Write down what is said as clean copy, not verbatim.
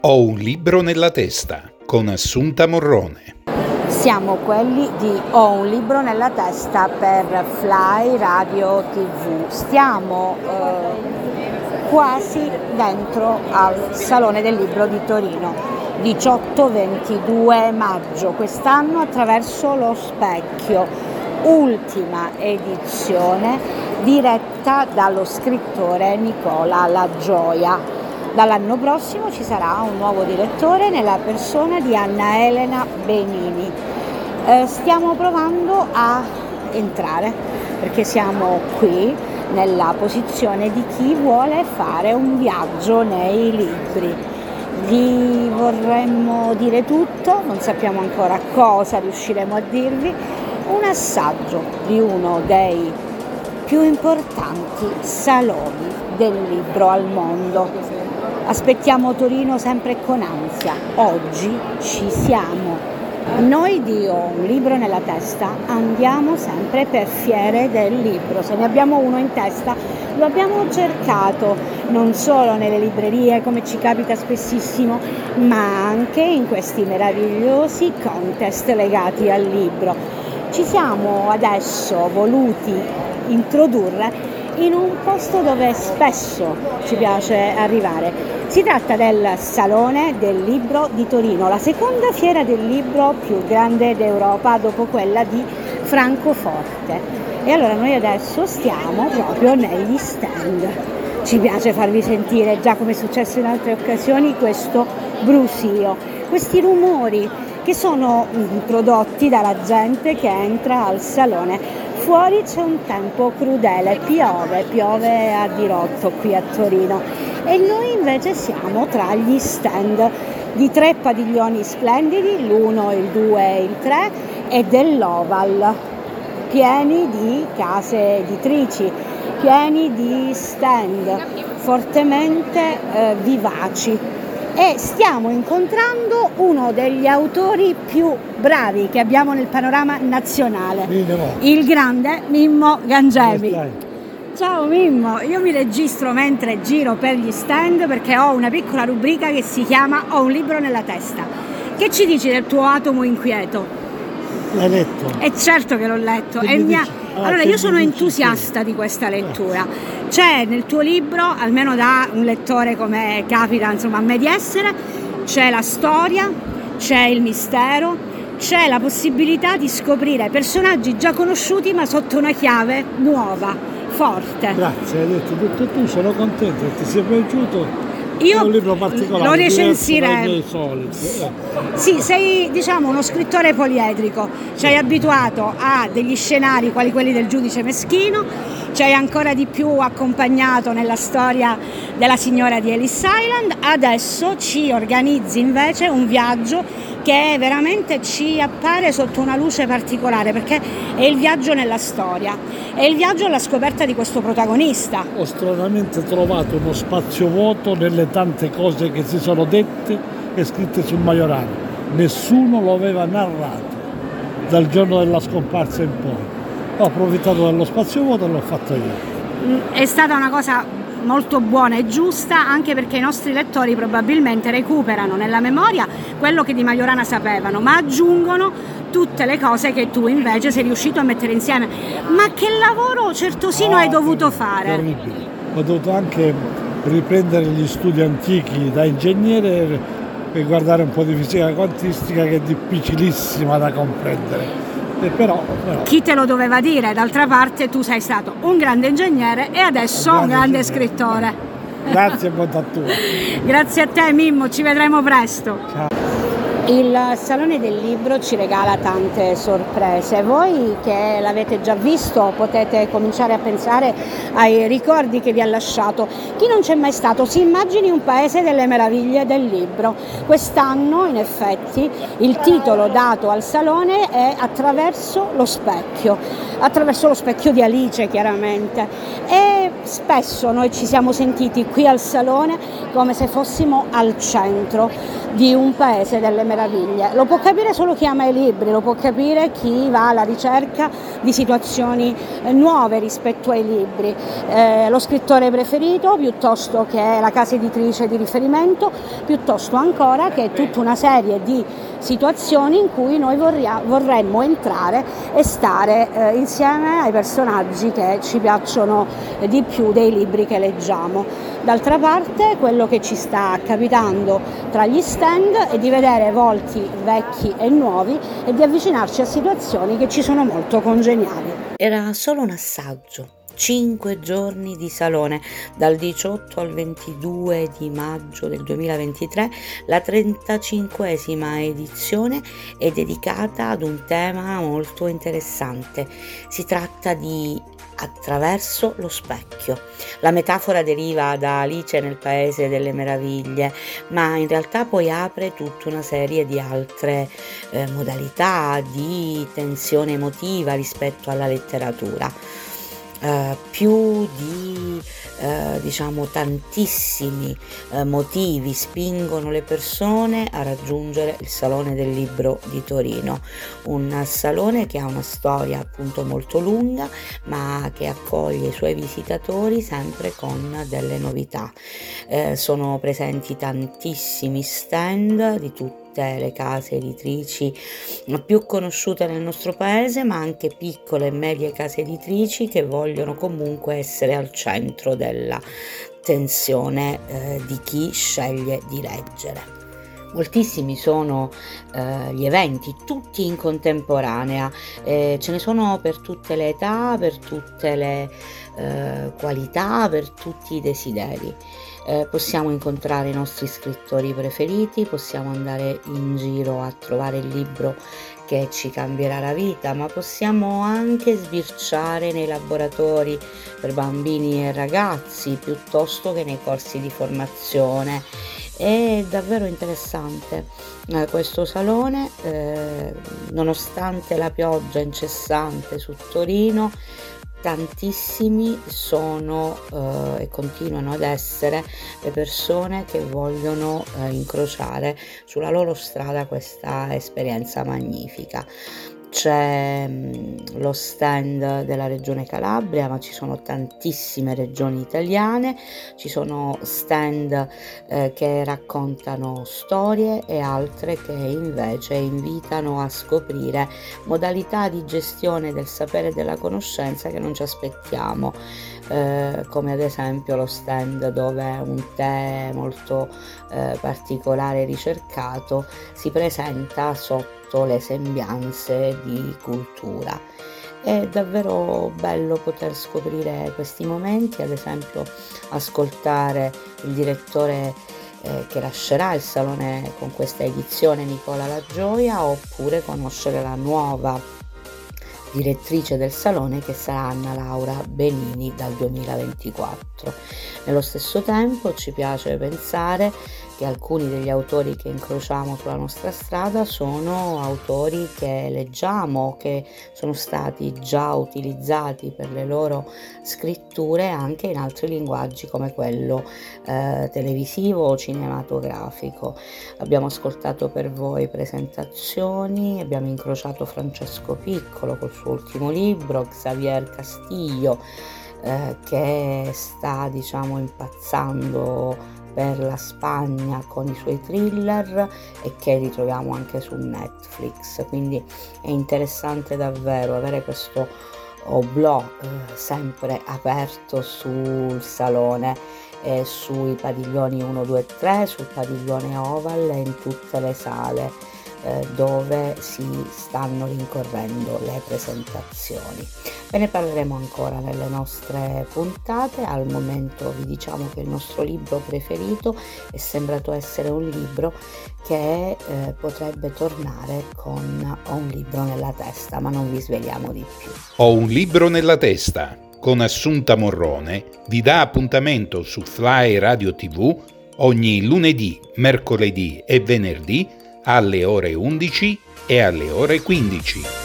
Ho un libro nella testa con Assunta Morrone. Siamo quelli di Ho un libro nella testa per Fly Radio TV. Stiamo quasi dentro al Salone del Libro di Torino, 18-22 maggio, quest'anno attraverso lo specchio, ultima edizione diretta dallo scrittore Nicola La Gioia. Dall'anno prossimo ci sarà un nuovo direttore nella persona di Anna Elena Benini. Stiamo provando a entrare perché siamo qui nella posizione di chi vuole fare un viaggio nei libri. Vi vorremmo dire tutto, non sappiamo ancora cosa riusciremo a dirvi, un assaggio di uno dei più importanti saloni del libro al mondo. Aspettiamo Torino sempre con ansia, oggi ci siamo. Noi di Ho un libro nella testa andiamo sempre per fiere del libro, se ne abbiamo uno in testa lo abbiamo cercato non solo nelle librerie come ci capita spessissimo, ma anche in questi meravigliosi contest legati al libro. Ci siamo adesso voluti introdurre in un posto dove spesso ci piace arrivare. Si tratta del Salone del Libro di Torino, la seconda fiera del libro più grande d'Europa dopo quella di Francoforte. E allora noi adesso stiamo proprio negli stand. Ci piace farvi sentire, già come è successo in altre occasioni, questo brusio, questi rumori che sono prodotti dalla gente che entra al salone. Fuori c'è un tempo crudele, piove a dirotto qui a Torino e noi invece siamo tra gli stand di 3 padiglioni splendidi, l'1, il 2 e il 3 e dell'Oval, pieni di case editrici, pieni di stand fortemente vivaci. E stiamo incontrando uno degli autori più bravi che abbiamo nel panorama nazionale, il grande Mimmo Gangemi. Ciao Mimmo, io mi registro mentre giro per gli stand perché ho una piccola rubrica che si chiama Ho un libro nella testa. Che ci dici del tuo atomo inquieto? L'hai letto? È certo che l'ho letto. Allora, io sono entusiasta di questa lettura. C'è nel tuo libro, almeno da un lettore come capita insomma a me di essere, c'è la storia, c'è il mistero, c'è la possibilità di scoprire personaggi già conosciuti ma sotto una chiave nuova, forte. Grazie, hai detto tutto tu, sono contento che ti sia piaciuto. Io è un libro particolare, lo recensirei. Sì, sei uno scrittore poliedrico, ci hai abituato a degli scenari quali quelli del Giudice Meschino, ci hai ancora di più accompagnato nella storia della signora di Ellis Island, adesso ci organizzi invece un viaggio che veramente ci appare sotto una luce particolare perché è il viaggio nella storia, è il viaggio alla scoperta di questo protagonista. Ho stranamente trovato uno spazio vuoto nelle tante cose che si sono dette e scritte sul Majorano. Nessuno lo aveva narrato dal giorno della scomparsa in poi. Ho approfittato dello spazio vuoto e l'ho fatto io. È stata una cosa molto buona e giusta, anche perché i nostri lettori probabilmente recuperano nella memoria quello che di Majorana sapevano, ma aggiungono tutte le cose che tu invece sei riuscito a mettere insieme. Ma che lavoro certosino hai dovuto fare? Terribile. Ho dovuto anche riprendere gli studi antichi da ingegnere e guardare un po' di fisica quantistica che è difficilissima da comprendere. Però. Chi te lo doveva dire? D'altra parte tu sei stato un grande ingegnere e adesso un grande scrittore. Grazie e bontà tua. Grazie a te Mimmo, ci vedremo presto. Ciao. Il Salone del Libro ci regala tante sorprese. Voi che l'avete già visto potete cominciare a pensare ai ricordi che vi ha lasciato. Chi non c'è mai stato si immagini un paese delle meraviglie del libro. Quest'anno in effetti il titolo dato al Salone è Attraverso lo specchio di Alice chiaramente. E spesso noi ci siamo sentiti qui al Salone come se fossimo al centro di un paese delle meraviglie. Lo può capire solo chi ama i libri, lo può capire chi va alla ricerca di situazioni nuove rispetto ai libri, lo scrittore preferito piuttosto che la casa editrice di riferimento, piuttosto ancora che tutta una serie di situazioni in cui noi vorremmo entrare e stare insieme ai personaggi che ci piacciono di più dei libri che leggiamo. D'altra parte, quello che ci sta capitando tra gli stand è di vedere volti vecchi e nuovi e di avvicinarci a situazioni che ci sono molto congeniali. Era solo un assaggio. 5 giorni di salone, dal 18 al 22 di maggio del 2023, la 35esima edizione è dedicata ad un tema molto interessante. Si tratta di attraverso lo specchio. La metafora deriva da Alice nel Paese delle Meraviglie, ma in realtà poi apre tutta una serie di altre modalità di tensione emotiva rispetto alla letteratura. Più di tantissimi motivi spingono le persone a raggiungere il Salone del Libro di Torino, un salone che ha una storia appunto molto lunga, ma che accoglie i suoi visitatori sempre con delle novità. Sono presenti tantissimi stand di tutte le case editrici più conosciute nel nostro paese, ma anche piccole e medie case editrici che vogliono comunque essere al centro della tensione di chi sceglie di leggere. Moltissimi sono gli eventi, tutti in contemporanea, ce ne sono per tutte le età, per tutte le qualità, per tutti i desideri. Possiamo incontrare i nostri scrittori preferiti, possiamo andare in giro a trovare il libro che ci cambierà la vita, ma possiamo anche sbirciare nei laboratori per bambini e ragazzi piuttosto che nei corsi di formazione. È davvero interessante questo salone, nonostante la pioggia incessante su Torino. Tantissimi sono e continuano ad essere le persone che vogliono incrociare sulla loro strada questa esperienza magnifica. C'è lo stand della regione Calabria, ma ci sono tantissime regioni italiane, ci sono stand che raccontano storie e altre che invece invitano a scoprire modalità di gestione del sapere e della conoscenza che non ci aspettiamo, come ad esempio lo stand dove un tè molto particolare e ricercato si presenta sotto le sembianze di cultura. È davvero bello poter scoprire questi momenti, ad esempio ascoltare il direttore che lascerà il salone con questa edizione, Nicola La Gioia, oppure conoscere la nuova direttrice del salone che sarà Anna Laura Benini dal 2024. Nello stesso tempo ci piace pensare che alcuni degli autori che incrociamo sulla nostra strada sono autori che leggiamo, che sono stati già utilizzati per le loro scritture anche in altri linguaggi come quello televisivo o cinematografico. Abbiamo ascoltato per voi presentazioni, abbiamo incrociato Francesco Piccolo col suo ultimo libro, Xavier Castillo che sta impazzando per la Spagna con i suoi thriller e che ritroviamo anche su Netflix, quindi è interessante davvero avere questo oblò sempre aperto sul salone, sui padiglioni 1, 2 e 3, sul padiglione Oval e in tutte le sale dove si stanno rincorrendo le presentazioni. Ve ne parleremo ancora nelle nostre puntate. Al momento vi diciamo che il nostro libro preferito è sembrato essere un libro che potrebbe tornare con Ho un libro nella testa, ma non vi sveliamo di più. Ho un libro nella testa con Assunta Morrone vi dà appuntamento su Fly Radio TV ogni lunedì, mercoledì e venerdì alle ore 11 e alle ore 15.